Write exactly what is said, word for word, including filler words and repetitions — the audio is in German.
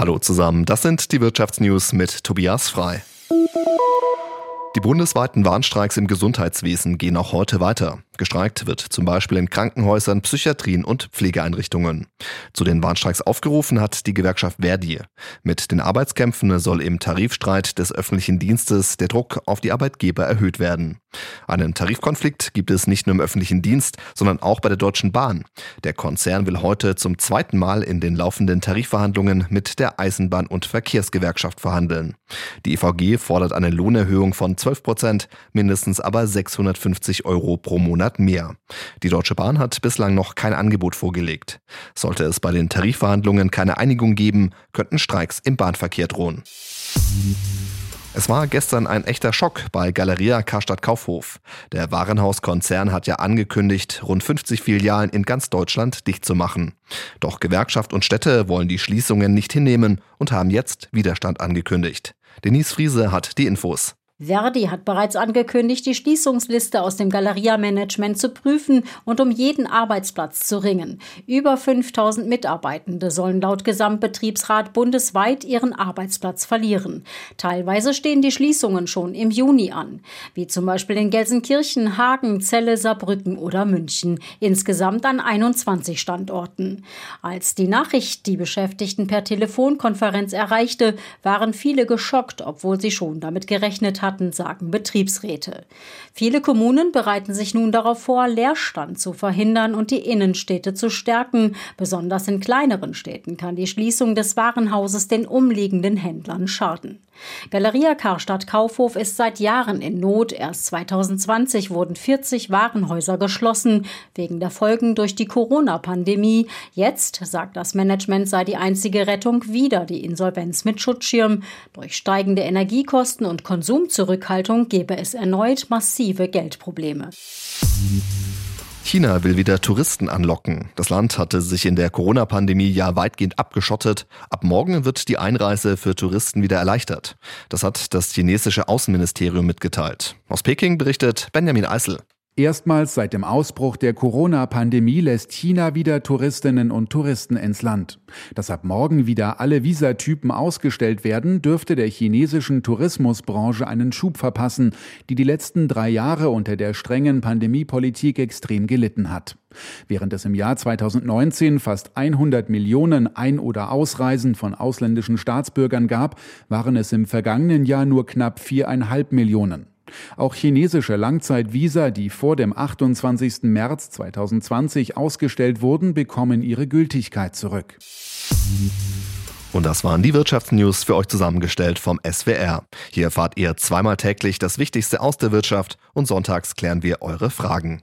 Hallo zusammen, das sind die Wirtschaftsnews mit Tobias Frei. Die bundesweiten Warnstreiks im Gesundheitswesen gehen auch heute weiter. Gestreikt wird zum Beispiel in Krankenhäusern, Psychiatrien und Pflegeeinrichtungen. Zu den Warnstreiks aufgerufen hat die Gewerkschaft Verdi. Mit den Arbeitskämpfen soll im Tarifstreit des öffentlichen Dienstes der Druck auf die Arbeitgeber erhöht werden. Einen Tarifkonflikt gibt es nicht nur im öffentlichen Dienst, sondern auch bei der Deutschen Bahn. Der Konzern will heute zum zweiten Mal in den laufenden Tarifverhandlungen mit der Eisenbahn- und Verkehrsgewerkschaft verhandeln. Die E V G fordert eine Lohnerhöhung von zwölf Prozent, mindestens aber sechshundertfünfzig Euro pro Monat mehr. Die Deutsche Bahn hat bislang noch kein Angebot vorgelegt. Sollte es bei den Tarifverhandlungen keine Einigung geben, könnten Streiks im Bahnverkehr drohen. Es war gestern ein echter Schock bei Galeria Karstadt Kaufhof. Der Warenhauskonzern hat ja angekündigt, rund fünfzig Filialen in ganz Deutschland dicht zu machen. Doch Gewerkschaft und Städte wollen die Schließungen nicht hinnehmen und haben jetzt Widerstand angekündigt. Denise Friese hat die Infos. Verdi hat bereits angekündigt, die Schließungsliste aus dem Galeria-Management zu prüfen und um jeden Arbeitsplatz zu ringen. Über fünftausend Mitarbeitende sollen laut Gesamtbetriebsrat bundesweit ihren Arbeitsplatz verlieren. Teilweise stehen die Schließungen schon im Juni an, wie zum Beispiel in Gelsenkirchen, Hagen, Celle, Saarbrücken oder München, insgesamt an einundzwanzig Standorten. Als die Nachricht die Beschäftigten per Telefonkonferenz erreichte, waren viele geschockt, obwohl sie schon damit gerechnet hatten, sagen Betriebsräte. Viele Kommunen bereiten sich nun darauf vor, Leerstand zu verhindern und die Innenstädte zu stärken. Besonders in kleineren Städten kann die Schließung des Warenhauses den umliegenden Händlern schaden. Galeria Karstadt Kaufhof ist seit Jahren in Not. Erst zweitausendzwanzig wurden vierzig Warenhäuser geschlossen, wegen der Folgen durch die Corona-Pandemie. Jetzt, sagt das Management, sei die einzige Rettung wieder die Insolvenz mit Schutzschirm. Durch steigende Energiekosten und Konsumzurückhaltung gebe es erneut massive Geldprobleme. China will wieder Touristen anlocken. Das Land hatte sich in der Corona-Pandemie ja weitgehend abgeschottet. Ab morgen wird die Einreise für Touristen wieder erleichtert. Das hat das chinesische Außenministerium mitgeteilt. Aus Peking berichtet Benjamin Eisel. Erstmals seit dem Ausbruch der Corona-Pandemie lässt China wieder Touristinnen und Touristen ins Land. Dass ab morgen wieder alle Visatypen ausgestellt werden, dürfte der chinesischen Tourismusbranche einen Schub verpassen, die die letzten drei Jahre unter der strengen Pandemiepolitik extrem gelitten hat. Während es im Jahr zweitausendneunzehn fast hundert Millionen Ein- oder Ausreisen von ausländischen Staatsbürgern gab, waren es im vergangenen Jahr nur knapp viereinhalb Millionen. Auch chinesische Langzeitvisa, die vor dem achtundzwanzigsten März zweitausendzwanzig ausgestellt wurden, bekommen ihre Gültigkeit zurück. Und das waren die Wirtschaftsnews für euch zusammengestellt vom S W R. Hier erfahrt ihr zweimal täglich das Wichtigste aus der Wirtschaft und sonntags klären wir eure Fragen.